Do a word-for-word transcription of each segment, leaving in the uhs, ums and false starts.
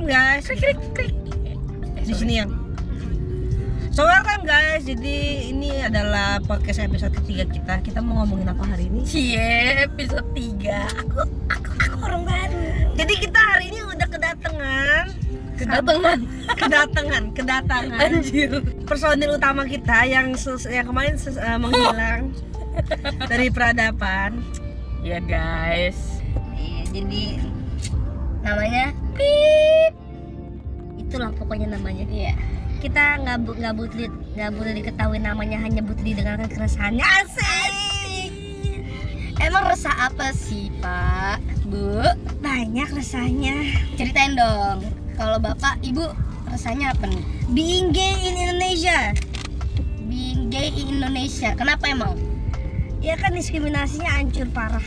guys. Klik klik klik. Di sini yang. So welcome guys. Jadi ini adalah podcast episode ketiga kita. Kita mau ngomongin apa hari ini? Cie, episode tiga. Aku aku aku orang baru. Jadi kita hari ini udah kedatangan Kedatangan, kedatangan, kedatangan. Anjir. Personil utama kita yang ses- yang kemarin ses- uh, menghilang dari peradaban. Ya guys. Iya, jadi namanya Pip. Itulah pokoknya namanya. Iya. Kita nggak bu- nggak butuh nggak butuh diketahui namanya, hanya butuh didengarkan keresahannya. Asik. Emang resah apa sih, Pak? Bu? Banyak resahnya. Ceritain dong. Kalau Bapak, Ibu resahnya apa nih? Being gay in Indonesia. Being gay in Indonesia. Kenapa emang? Ya kan diskriminasinya hancur parah.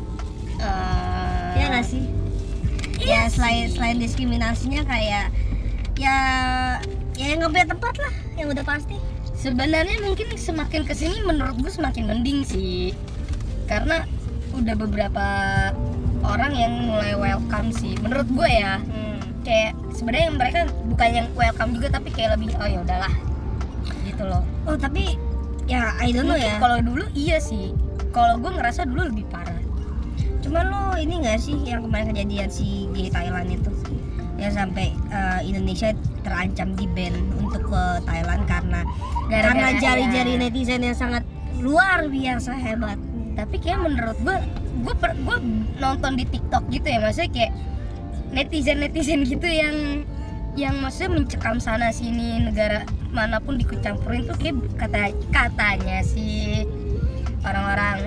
Uh, Ya nggak sih? Ya selain selain diskriminasinya kayak ya ya nggak punya tempat lah, yang udah pasti. Sebenarnya mungkin semakin kesini menurut gue semakin mending sih, karena udah beberapa orang yang mulai welcome sih menurut gue ya. Hmm. Kayak sebenarnya mereka bukan yang welcome juga, tapi kayak lebih oh ya udahlah gitu loh. Oh tapi ya I don't know Mungkin ya. kalau dulu iya sih, kalau gue ngerasa dulu lebih parah. Cuman lo ini nggak sih yang kemarin kejadian si gay Thailand itu, yang sampai uh, Indonesia terancam di ban untuk ke Thailand karena Gara-gara karena jari-jari ya. netizen yang sangat luar biasa hebat. Tapi kayak menurut gue, gue per, gue nonton di TikTok gitu ya, maksudnya kayak netizen-netizen gitu yang yang maksudnya mencekam sana sini, negara manapun dikucampurin tuh kayak kata katanya sih orang-orang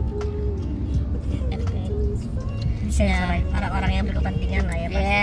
F P. bisa Ya, orang-orang yang berkepentingan lah ya ya pasti.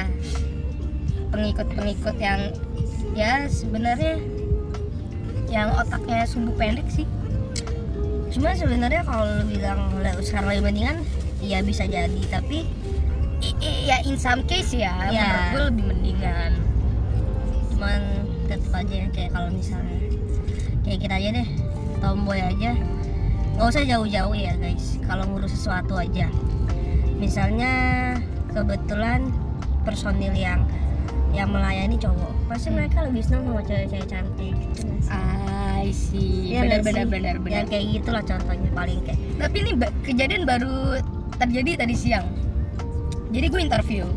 pengikut-pengikut yang ya sebenarnya yang otaknya sumbu pendek sih. Cuma sebenarnya kalau lu bilang le- sekarang lebih mendingan, ya bisa jadi, tapi I, i- ya in some case ya, Ya. menurut gue lebih mendingan. cuman tetap aja kayak kalau misalnya kayak kita aja deh, tomboy aja, nggak usah jauh-jauh ya guys. Kalau ngurus sesuatu aja, misalnya kebetulan personil yang yang melayani cowok, pasti Hmm. mereka lebih senang sama cewek-cewek cantik gitu nggak sih? I see. Iya nggak Benar-benar sih? benar-benar. Ya kayak gitulah contohnya paling kayak. Tapi ini ba- kejadian baru terjadi tadi siang. Jadi gue interview,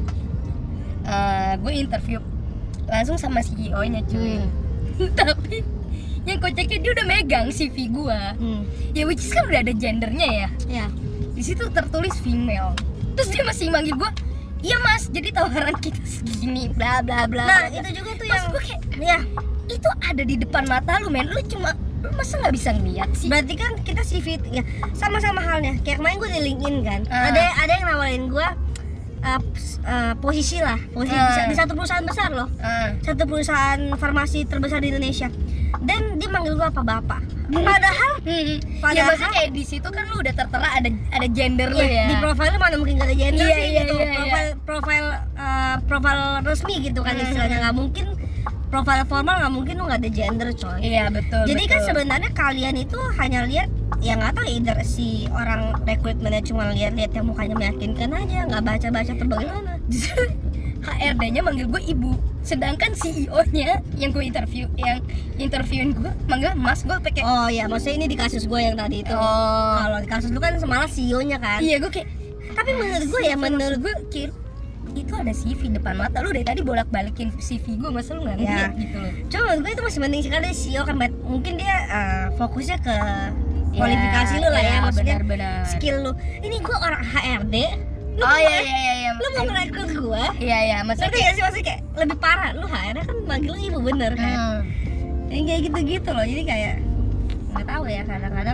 uh, gue interview langsung sama C E O-nya cuy. Hmm. Tapi yang kocaknya dia udah megang C V gue. Hmm. Ya which is kan udah ada gendernya ya. Ya. Di situ tertulis female. Terus dia masih manggil gue, iya mas, jadi tawaran kita segini, bla bla bla. Nah bla, bla." itu juga tuh Pas yang gue kayak, ya itu ada di depan mata lu men, lu cuma lu masa nggak bisa ngeliat sih? berarti kan kita C V ya sama-sama halnya. Kayak kemarin gue di LinkedIn kan, Ah. ada ada yang nawarin gue uh, uh, posisi lah, posisi Ah. di satu perusahaan besar loh, Ah. satu perusahaan farmasi terbesar di Indonesia, dan dia manggil gue apa bapak. Padahal Hmm. Ya Padahal- maksudnya kayak di situ kan lu udah tertera ada ada gender lu ya, ya. di profilnya mana mungkin gak ada gender Iya, sih iya, gitu. iya, iya. Profil profil uh, profil resmi gitu kan Hmm. istilahnya, nggak mungkin profil formal, nggak mungkin lu nggak ada gender coy. Iya betul. Jadi kan betul. sebenarnya kalian itu hanya lihat, ya nggak tahu either si orang rekrutmennya cuma lihat-lihat yang mukanya meyakinkan aja, nggak baca-baca atau bagaimana. Justru H R D-nya manggil gue ibu, sedangkan C E O-nya yang gue interview, yang interviewin gue manggil mas. Gue pakai Oh ya, maksudnya ini di kasus gue yang tadi itu. Oh. Kalau di kasus lu kan malah C E O-nya kan. Iya gue kayak, Tapi menurut gue ya, menurut gue kayak itu ada C V depan mata lu, dari tadi bolak-balikin C V gue, masa lu nggak Ya. ngeliat gitu loh. cuma menurut gue itu masih mending sekali C E O kan, bet- mungkin dia uh, fokusnya ke Ya, kualifikasi lu lah ya, maksudnya benar-benar. skill lu. Ini gue orang H R D, lu Oh mau- iya iya iya. iya. lu mau ngerekrut gue. Iya iya, maksudnya Ngerti gak sih, maksudnya kayak lebih parah. Lu H R D kan manggil lu ibu bener kan. Hmm. Yang kayak gitu-gitu loh, jadi kayak nggak tahu ya, kadang-kadang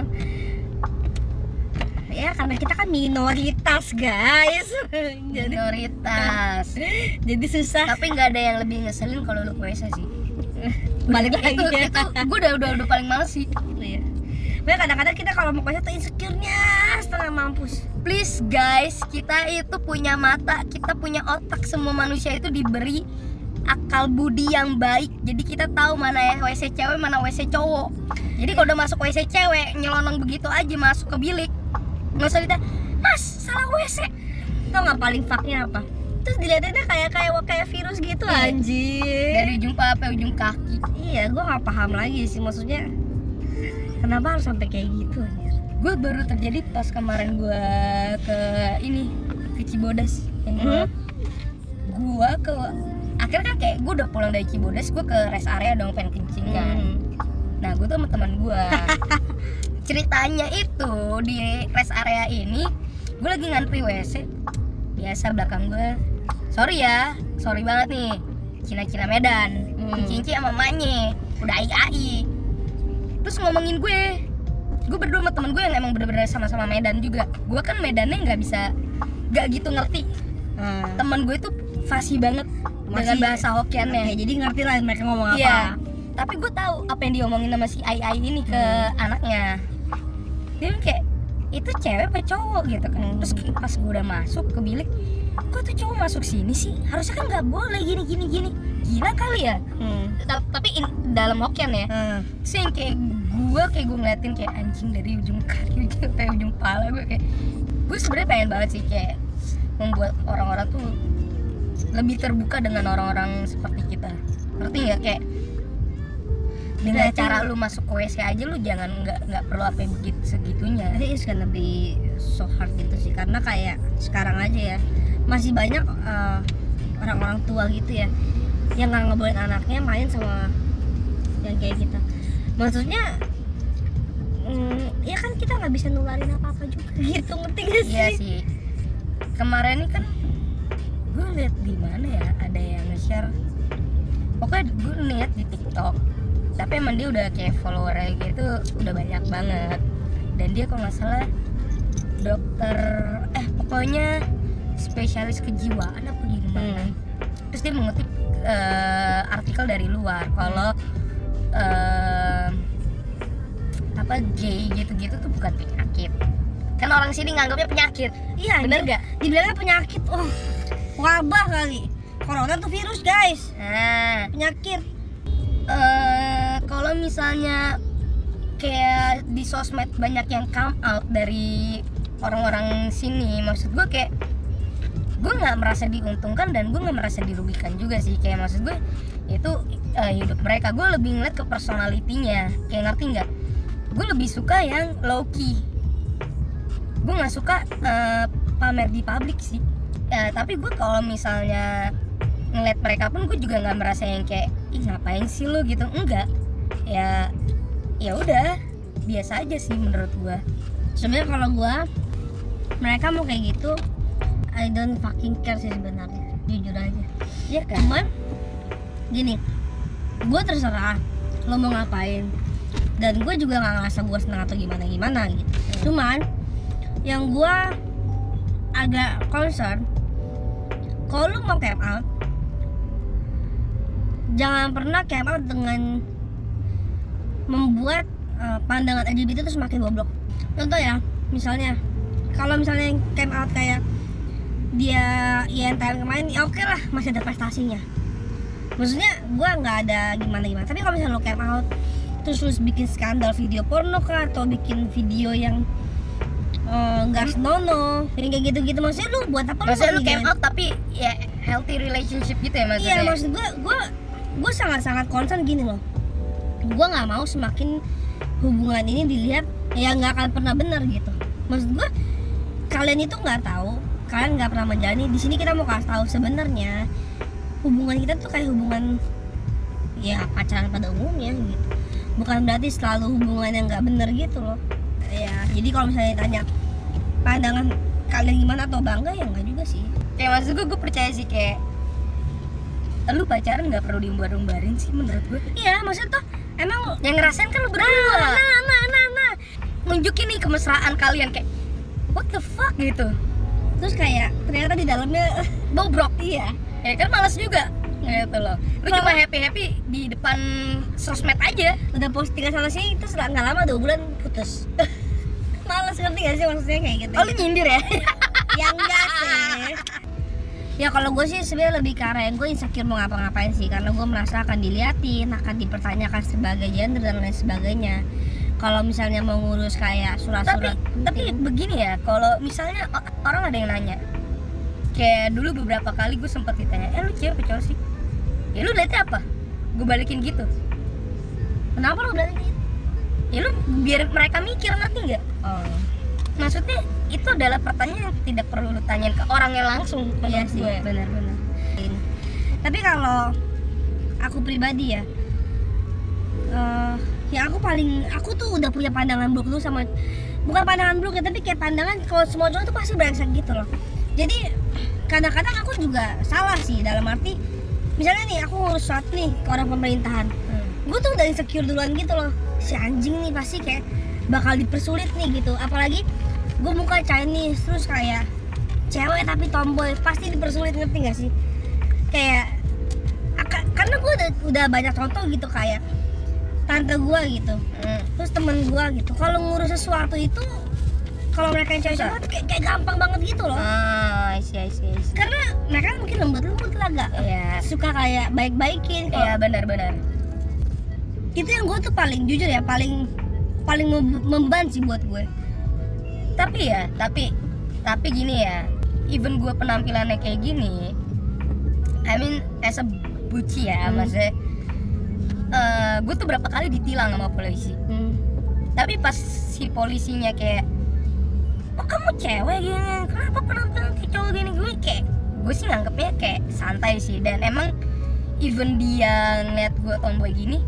ya karena kita kan minoritas guys. jadi minoritas. jadi susah Tapi nggak ada yang lebih ngeselin kalau lu ke W C sih. balik lagi itu ya. itu gue udah udah udah paling males sih. Iya. Makanya kadang-kadang kita kalau mau kuliah tuh insecure-nya setengah mampus. Please guys, kita itu punya mata, kita punya otak, semua manusia itu diberi akal budi yang baik. Jadi kita tahu mana ya W C cewek, mana W C cowok. Jadi kalau udah masuk W C cewek, nyelonong begitu aja masuk ke bilik, nggak usah ditanya, mas salah W C. Tau nggak paling fucknya apa? terus dilihatinnya kayak kayak kayak virus gitu Iya. anjir. Dari ujung kepala sampai ujung kaki. Iya, gue nggak paham lagi sih maksudnya kenapa harus sampai kayak gitu anjir. Gue baru terjadi pas kemarin gue ke ini ke Cibodas yang gua, Hmm. gue ke akhirnya kan kayak gue udah pulang dari Cibodas, gue ke rest area dong pengen kencing kan. Hmm. Nah gue tuh sama teman gue ceritanya itu di rest area ini gue lagi ngantri W C biasa, belakang gue sorry ya sorry banget nih Cina-Cina Medan, Hmm. Cinci sama mamanya udah ai-ai terus ngomongin gue gue berdua sama temen gue yang emang bener-bener sama-sama Medan juga. Gue kan Medannya nggak bisa nggak gitu ngerti, Hmm. temen gue tuh fasih banget dengan Masih- bahasa Hokiannya. Oke, jadi ngerti lah mereka ngomong apa. Iya. Tapi gue tahu apa yang diomongin sama si Ai Ai ini ke anaknya. Dia bilang kayak itu cewek apa cowok gitu kan. Hmm. Terus kayak pas gue udah masuk ke bilik, kok tuh cowok masuk sini sih? Harusnya kan nggak boleh gini gini gini. Gila kali ya. Hmm. Ta- Tapi in- dalam Hokian ya. Hmm. Terus yang kayak gue kayak gue ngeliatin kayak anjing dari ujung kaki sampai ujung pala gue kayak gue sebenarnya pengen banget sih kayak membuat orang-orang tuh lebih terbuka dengan orang-orang seperti kita. Ngerti nggak kayak dengan Berarti- cara lu masuk ke W C aja lu jangan nggak nggak perlu apa yang begitu segitunya. I think it's gonna be so hard gitu sih karena kayak sekarang aja ya masih banyak uh, orang-orang tua gitu ya yang nggak ngebolehin anaknya main sama yang kayak kita. Maksudnya mm, ya kan kita nggak bisa nularin apa-apa juga gitu, ngerti gak sih? Iya sih. Kemarin ini kan gue liat di mana ya ada yang nge-share. Pokoknya gue liat di TikTok. Tapi emang dia udah kayak followernya gitu udah banyak banget. Dan dia kalau nggak salah dokter eh pokoknya spesialis kejiwaan apa gimana. Hmm. Terus dia mengutip eh, artikel dari luar kalau eh, apa gay gitu-gitu tuh bukan penyakit. Kan orang sini nganggapnya penyakit. Iya, Bener dia- gak? Dibilangnya penyakit, oh wabah kali. Corona tuh virus guys, Nah, penyakit. eh kalau misalnya kayak di sosmed banyak yang come out dari orang-orang sini, maksud gue kayak gue nggak merasa diuntungkan dan gue nggak merasa dirugikan juga sih. Kayak maksud gue itu eh, hidup mereka. Gue lebih ngeliat ke personalitinya. Kayak ngerti nggak? Gue lebih suka yang low key. Gue nggak suka eh, pamer di publik sih. Eh, tapi gue kalau misalnya ngeliat mereka pun gue juga nggak merasa yang kayak ih ngapain sih lo gitu, enggak. Ya ya udah biasa aja sih menurut gue. Sebenarnya kalau gua mereka mau kayak gitu, I don't fucking care sih sebenarnya, jujur aja. Iya kan? Cuman gini, gua terserah lo mau ngapain, dan gua juga nggak ngerasa gua senang atau gimana gimana gitu. Cuman yang gua agak concern, kalau lu mau camp out, jangan pernah camp out dengan membuat uh, pandangan L G B T itu semakin goblok. Contoh ya, misalnya kalau misalnya yang camp out kayak dia I N T M kemarin, ya oke lah, masih ada prestasinya. Maksudnya gue nggak ada gimana-gimana. Tapi kalau misalnya lo camp out terus terus bikin skandal video porno kah, atau bikin video yang nggak uh, senonoh, yang kayak gitu-gitu, maksudnya lu buat apa? Maksudnya lu mau camp videoin? out tapi ya healthy relationship gitu ya maksudnya? Iya, maksud gue, gue, gue sangat-sangat concern gini loh. Gue nggak mau semakin hubungan ini dilihat ya nggak akan pernah benar gitu. Maksud gue, kalian itu nggak tahu, kalian nggak pernah menjalani. Di sini kita mau kasih tahu sebenarnya hubungan kita tuh kayak hubungan ya pacaran pada umumnya gitu. Bukan berarti selalu hubungan yang nggak benar gitu loh. Ya, jadi kalau misalnya ditanya pandangan kalian gimana atau bangga, ya nggak juga sih. Kayak maksud gue, gue percaya sih kayak lu pacaran nggak perlu diumbar-umbarin sih menurut gue. Iya, maksudnya tuh emang Yang ngerasain kan lu berdua. nah, nah, nah, nah, nah. Nunjukin nih kemesraan kalian kayak what the fuck gitu. Terus kayak ternyata di dalamnya Bobrok. iya. Ya kan malas juga gitu loh. Lu cuma happy-happy di depan sosmed aja. Udah postingan sana sini, terus nggak lama dua bulan putus. Males, ngerti gak sih maksudnya kayak gitu? Oh lu nyindir ya? Ya enggak sih. Ya kalau gue sih sebenarnya lebih ke arah yang gue insecure mau ngapa-ngapain sih, karena gue merasa akan diliatin, akan dipertanyakan sebagai gender dan lain sebagainya. Kalau misalnya mau ngurus kayak Tapi surat-surat tapi begini ya, kalau misalnya o- orang ada yang nanya kayak dulu beberapa kali gue sempet ditanya, eh lu cewek apa cowok sih? Ya lu liatnya apa? Gue balikin gitu. Kenapa lu balikin gitu? Ya lu biar mereka mikir, ngerti nggak? Oh. Maksudnya itu adalah pertanyaan yang tidak perlu lu tanyain ke orangnya langsung. Iya menurut sih, gue. benar-benar. Tapi kalau aku pribadi ya, uh, ya aku paling, aku tuh udah punya pandangan buruk dulu sama, bukan pandangan buruk ya, tapi kayak pandangan kalau semua cowok tuh pasti brengsek gitu loh. Jadi kadang-kadang aku juga salah sih, dalam arti misalnya nih aku ngurus sesuatu nih ke orang pemerintahan, hmm. gue tuh udah insecure duluan gitu loh, si anjing nih pasti kayak bakal dipersulit nih gitu. Apalagi gue muka Chinese terus kayak cewek tapi tomboy, pasti dipersulit, ngerti gak sih? Kayak karena gue udah, udah banyak contoh gitu, kayak tante gue gitu, hmm. terus temen gue gitu, kalau ngurus sesuatu itu kalau mereka yang cewek-cewek tuh kayak, kayak gampang banget gitu loh. Ah, I see, I see, I see. Karena mereka mungkin lembut-lembut lah, gak yeah. suka kayak baik-baikin. Iya, yeah, benar-benar. Itu yang gue tuh paling jujur ya, paling paling memban sih buat gue. Tapi ya, tapi tapi gini ya, even gue penampilannya kayak gini, I mean as a buci ya, hmm. maksudnya uh, gue tuh berapa kali ditilang sama polisi. Hmm. Tapi pas si polisinya kayak, oh kamu cewek gini, kenapa penampilan kayak cowok gini, gue kayak, gue sih nganggepnya kayak santai sih. Dan emang even dia ngeliat gue tomboy gini,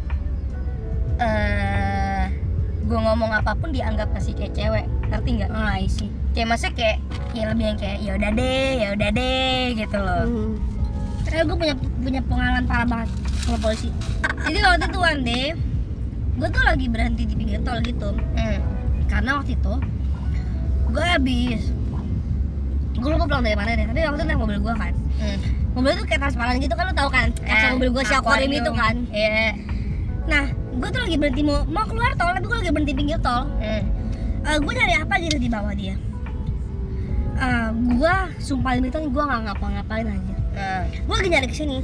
uh, gue ngomong apapun dianggap masih kayak cewek, ngerti nggak? Ah, sih. Kayak maksudnya kayak, ya lebih yang kayak, ya udah deh, ya udah deh, gitu loh. Hmm. Karena gue punya punya pengalaman parah banget sama polisi. Jadi waktu itu one day, gue tuh lagi berhenti di pinggir tol gitu. Hmm. Karena waktu itu gue habis, gue lupa pulang dari mana deh, tapi waktu itu naik mobil gue kan. Hmm. Mobil itu kayak transparan gitu kan, lo tau kan? Kaca eh, mobil gue si akuarium itu kan. Iya. Yeah. Nah, gue tuh lagi berhenti mau mau keluar tol, tapi gue lagi berhenti pinggir tol. Hmm. Uh, gue nyari apa gitu di bawah dia. Uh, gue sumpah demi Tuhan, gue nggak ngapa-ngapain aja. Hmm. Gue lagi nyari kesini.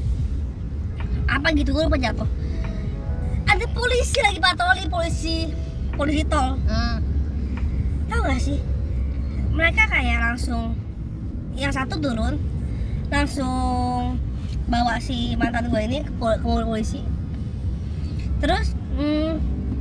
Apa gitu, gue lupa jatuh. Ada polisi lagi patroli, polisi polisi tol. Hmm. Tahu gak sih? Mereka kayak langsung, yang satu turun, langsung bawa si mantan gue ini ke, pol- ke mobil polisi. Terus hmm,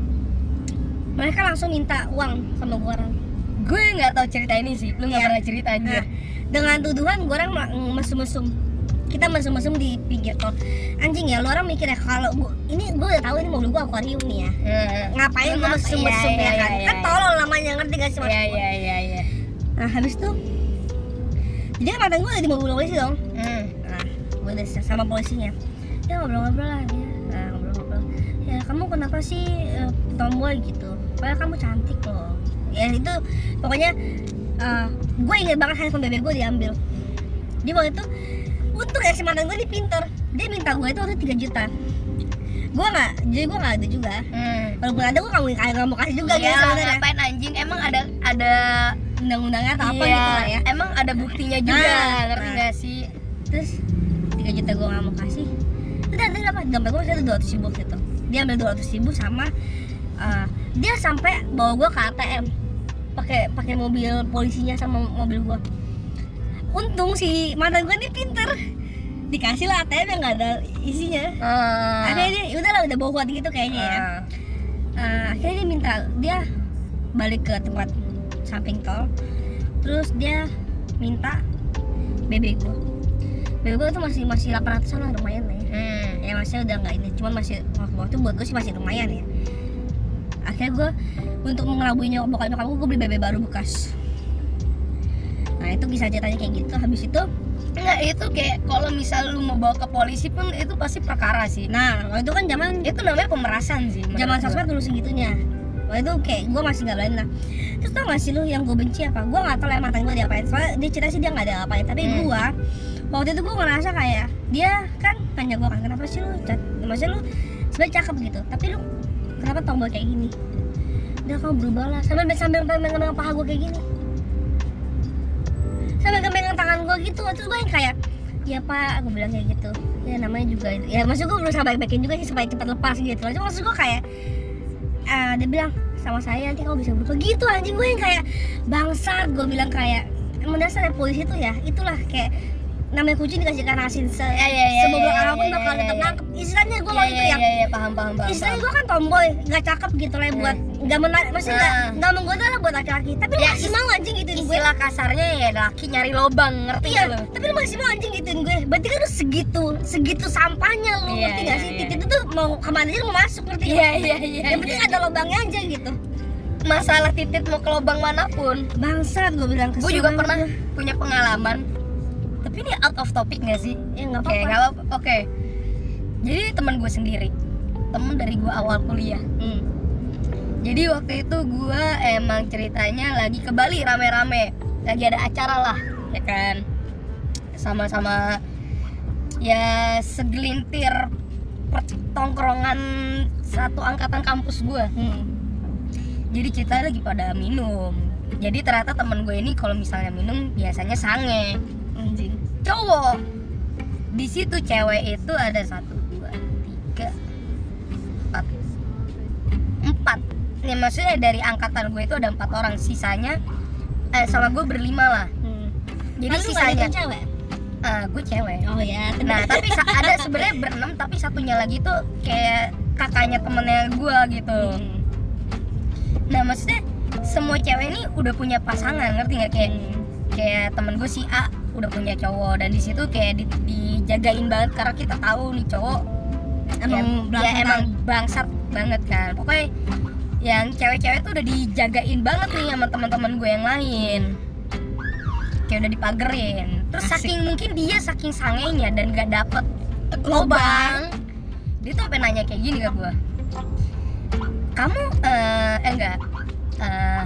mereka langsung minta uang sama gue orang. Gue nggak tahu cerita ini sih, lu nggak ya. pernah cerita aja. Nah, dengan tuduhan gue orang mesum-mesum, kita mesum-mesum di pinggir tol. Anjing ya, lu orang mikir ya kalau gua, ini gue udah tahu ini mobil gue akuarium nih ya. Hmm. Ngapain gue mesum-mesum ya, ya, ya kan? Ya, kan ya, tolol namanya, ngerti gak sih mas? Iya iya iya iya. Nah habis itu, jadi kan mantan gue ada di mobil polisi dong. Hmm. Nah, gue udah sama polisinya. Ya ngobrol-ngobrol lah dia. Nah ngobrol-ngobrol. Ya kamu kenapa sih uh, tomboy gitu? Padahal kamu cantik loh. Ya itu pokoknya uh, gue inget banget handphone bebek gue diambil. Dia waktu itu untung ya si mantan gue ini pinter, dia minta gue itu waktu tiga juta. Gue nggak, jadi gue nggak ada juga. Hmm. Walaupun ada gue nggak nggak mau kasih juga. Iya, gitu ngapain anjing? Emang ada ada undang-undangnya atau iya, apa gitu lah ya. Emang ada buktinya juga, nah, ngerti nah. nggak sih? Terus tiga juta gue nggak mau kasih. Udah, ada apa? Dompet gue masih ada dua ratus ribu gitu. Dia ambil dua ratus ribu sama uh, dia sampai bawa gue ke A T M. Pakai pakai mobil polisinya sama mobil gue. Untung si mantan gue ini pinter, dikasih lah A T M yang nggak ada isinya. Uh. Akhirnya dia, udahlah udah bawa kuat gitu kayaknya ya. Uh. Uh, akhirnya dia minta, dia balik ke tempat samping tol, terus dia minta B B gue. B B gue tuh masih masih delapan ratusan lah, lumayan lah ya. Hmm. Ya masih udah nggak ini, cuman masih waktu buat gue sih masih lumayan ya. Akhirnya gue untuk mengelabui nyokap bokap nyokap gue, gue beli B B baru bekas. Nah itu kisah ceritanya kayak gitu. Habis itu enggak, itu kayak kalau misal lu mau bawa ke polisi pun itu pasti perkara sih. Nah waktu itu kan zaman, itu namanya pemerasan sih, zaman sosmed dulu segitunya. Waktu itu kayak gue masih gak berani lah. Terus tau gak sih lu yang gue benci apa? Gue gak tau lah mantan gue diapain. Soalnya dia cerita sih dia gak ada apain. Tapi hmm. gue waktu itu gue ngerasa kayak, dia kan tanya gue kan, kenapa sih lu cat? Maksudnya lu sebenernya cakep gitu, tapi lu kenapa tomboy kayak gini? Udah kamu berubah lah. Sambil sambil megang paha gue kayak gini, sambil megang tangan gue gitu. Terus gue yang kayak, ya pak, aku bilang kayak gitu. Ya namanya juga, ya maksud gue berusaha baik-baikin juga sih supaya cepat lepas gitu. Cuma maksud gue kayak, uh, dia bilang sama saya nanti kamu bisa berubah gitu. Anjing gue yang kayak bangsat, gue bilang kayak mendasar ya polisi tuh ya, itulah kayak namanya kucing dikasih ikan asin se Ya, ya, ya, sebobrok ya, apapun ya, bakal ya, tetap ya. nangkep. Istilahnya gue Iya mau itu iya ya. iya ya, paham paham paham. Istilahnya paham. gue kan tomboy, nggak cakep gitu lah buat nggak menarik, maksudnya nggak Ah. nggak menggoda lah buat laki-laki. Tapi lu Ya, masih is- mau anjing gituin gue. Istilah kasarnya ya laki nyari lobang, ngerti Iya, nggak lu? tapi lu masih mau anjing gituin gue. Berarti kan lu segitu, segitu sampahnya lu, Iya, ngerti nggak iya, sih? iya. Titik itu tuh mau kemana aja lu mau masuk, ngerti Iya nggak? iya iya. Yang penting iya. ada lubangnya aja gitu. Masalah titit mau ke lobang manapun. Bangsat gue bilang kesel. Gue juga banget. pernah punya pengalaman. Tapi ini out of topic nggak sih? Ya nggak Oke, apa-apa. nggak apa-apa. Oke. Jadi teman gue sendiri, teman dari gue awal kuliah. Hmm. Jadi waktu itu gue emang ceritanya lagi ke Bali rame-rame, lagi ada acara lah, ya kan? Sama-sama ya segelintir pertongkrongan satu angkatan kampus gue. Hmm. Jadi kita lagi pada minum. Jadi ternyata temen gue ini kalau misalnya minum biasanya sange. Anjing. Cowok. Di situ cewek itu ada satu, dua, tiga, empat, empat. Ya maksudnya dari angkatan gue itu ada empat orang. Sisanya eh sama gue berlima lah. Hmm. Jadi Kan lu nggak sisanya ada cewek? eh, gue cewek. Oh ya. Nah tapi sa- ada sebenarnya berenam tapi satunya lagi tuh kayak kakaknya temennya gue gitu. Hmm. Nah maksudnya semua cewek ini udah punya pasangan, ngerti nggak? Kayak Hmm. kayak temen gue si A udah punya cowok dan di situ kayak di, dijagain banget karena kita tahu nih cowok Emang ya, ya belakang. emang bangsat banget kan. Pokoknya yang cewek-cewek tuh udah dijagain banget nih sama teman-teman gue yang lain. Kayak udah dipagerin. Terus Asik. saking mungkin dia saking sangenya dan gak dapet lobang, dia tuh sampai nanya kayak gini ke gue. Kamu eh eh enggak eh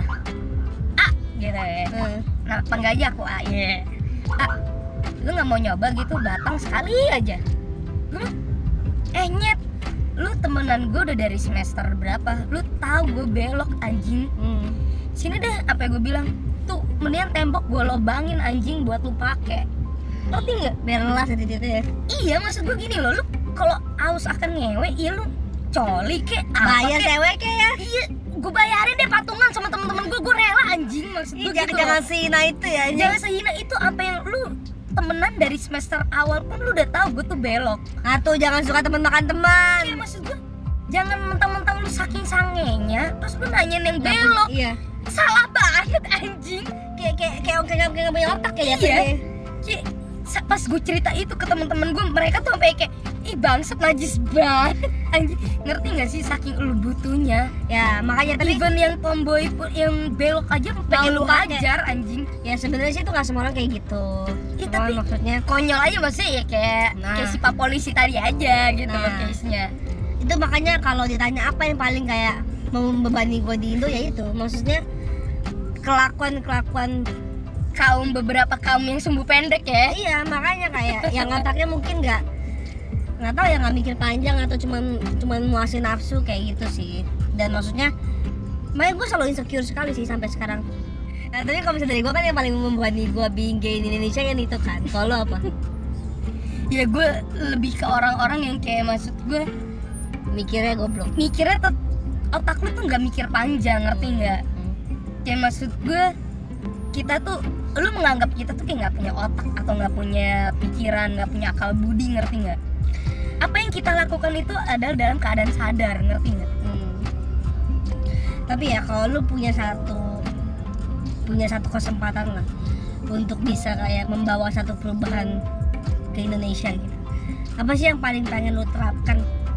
A gitu ya. Hmm. Nah, panggil aja aku A. Iya. A, lu nggak mau nyoba gitu datang sekali aja? Hmm? Eh nyet, lu temenan gue udah dari semester berapa? Lu tahu gue belok anjing. Hmm. Sini deh, apa yang gue bilang? Tuh, mendingan tembok gue lobangin anjing buat lu pake. Ngerti nggak? Biar lelas ya titik itu ya. Iya, maksud gue gini loh, lu kalau aus akan ngewe, iya lu coli kek apa Bayar kek? cewek kayak ya. Iya, gue bayarin deh patungan sama temen-temen gue, gue rela anjing maksud Ih, gue jangan gitu jangan loh. sehina itu ya. anjing. Jangan sehina itu, apa yang lu temenan dari semester awal pun lu udah tahu gue tuh belok. Atau jangan suka teman makan teman. Kayak maksud gue jangan mentang-mentang lu saking sangenya terus lu nanyain yang belok. Iya. Salah banget anjing. Kayak kayak kayak kayak kayak nggak punya otak ya. Iya. jatuhnya. Kayak sa- pas gue cerita itu ke teman-teman gue, mereka tuh sampai kayak ih bangsat najis banget anjing. Ngerti gak sih saking lu butuhnya? Ya makanya tapi Even yang tomboy pun yang belok aja pengen lu lu pakai. hajar anjing. ya sebenarnya sih itu nggak semua orang kayak gitu. Iya, Cuman tapi- maksudnya Konyol aja maksudnya ya kayak Nah. kayak si pak polisi tadi aja gitu Nah. loh case-nya. itu makanya kalau ditanya apa yang paling kayak membebani gue di Indo ya itu maksudnya kelakuan-kelakuan. Kaum beberapa kaum yang sumbu pendek ya. Iya makanya kayak yang otaknya mungkin nggak nggak tahu ya, nggak mikir panjang atau cuman cuman muasin nafsu kayak gitu sih. Dan maksudnya makanya gue selalu insecure sekali sih sampai sekarang. Nah tapi kalau misalnya dari gue kan yang paling membebani gue being gay di Indonesia kan itu kan. Kalau lo apa? Ya gue lebih ke orang-orang yang kayak maksud gue Mikirnya goblok. mikirnya tet- otak lu tuh nggak mikir panjang, ngerti nggak? Kayak maksud gue kita tuh, lu menganggap kita tuh kayak nggak punya otak atau nggak punya pikiran, nggak punya akal budi, ngerti nggak? Apa yang kita lakukan itu adalah dalam keadaan sadar, ngerti nggak? Hmm. Tapi ya kalau lu punya satu punya satu kesempatan lah untuk bisa kayak membawa satu perubahan ke Indonesia gitu, apa sih yang paling pengen lu terapkan?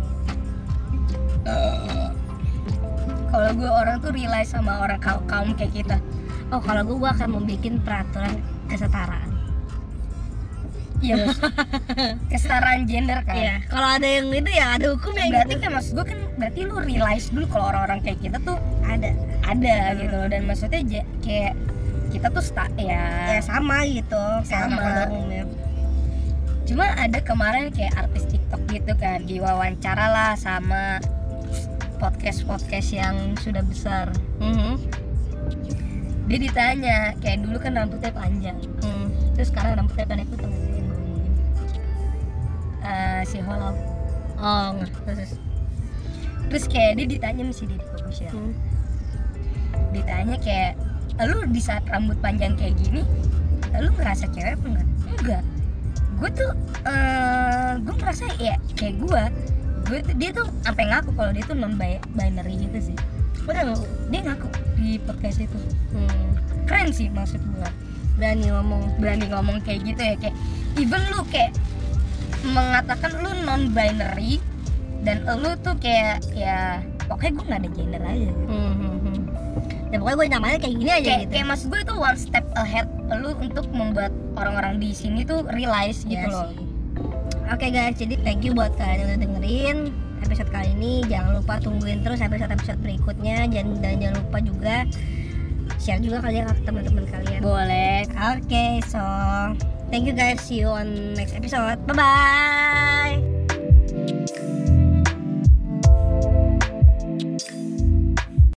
Kalau gue orang tuh realize sama orang kaum, kaum kayak kita. Oh kalau gue, gue akan membuat peraturan kesetaraan. Iya, kesetaraan gender kan. Iya. Kalau ada yang itu ya ada hukumnya Berarti gitu. kan maksud gue kan berarti lu realize dulu kalau orang-orang kayak kita tuh Ada. ada gitu loh. Dan maksudnya ja- kayak kita tuh sta Ya ya. sama gitu. Sama. pada umumnya. Cuma ada kemarin kayak artis TikTok gitu kan diwawancara lah sama podcast-podcast yang sudah besar. Mhm. Dia ditanya kayak dulu kan rambutnya panjang, Hmm. terus sekarang rambutnya pendek tuh temen yang ngomongin Eh, si Hollow. Oh nggak. Terus. Terus kayak dia ditanya sama si Deddy Corbuzier. Hmm. Ditanya kayak lu di saat rambut panjang kayak gini lu ngerasa cewek apa enggak? Enggak. Gue tuh uh, gue ngerasa ya kayak gue gue tuh, dia tuh sampai ngaku kalau dia tuh non binary gitu sih. Udah dia ngaku di podcast itu. hmm. Keren sih maksud gue, Berani ngomong. berani ngomong kayak gitu ya, kayak even lu kayak mengatakan lu non binary dan lu tuh kayak ya pokoknya gue nggak ada gender aja. hmm, hmm, hmm. Ya pokoknya gue namanya kayak gini aja Kayak, gitu. kayak maksud gue itu one step ahead lu untuk membuat orang-orang di sini tuh realize gitu Ya loh. sih. Oke guys, jadi thank you buat kalian yang udah dengerin episode kali ini. Jangan lupa tungguin terus episode-episode berikutnya. Dan, dan jangan lupa juga share juga kalian ke teman-teman kalian. Boleh. Oke, so thank you guys. See you on next episode. Bye bye.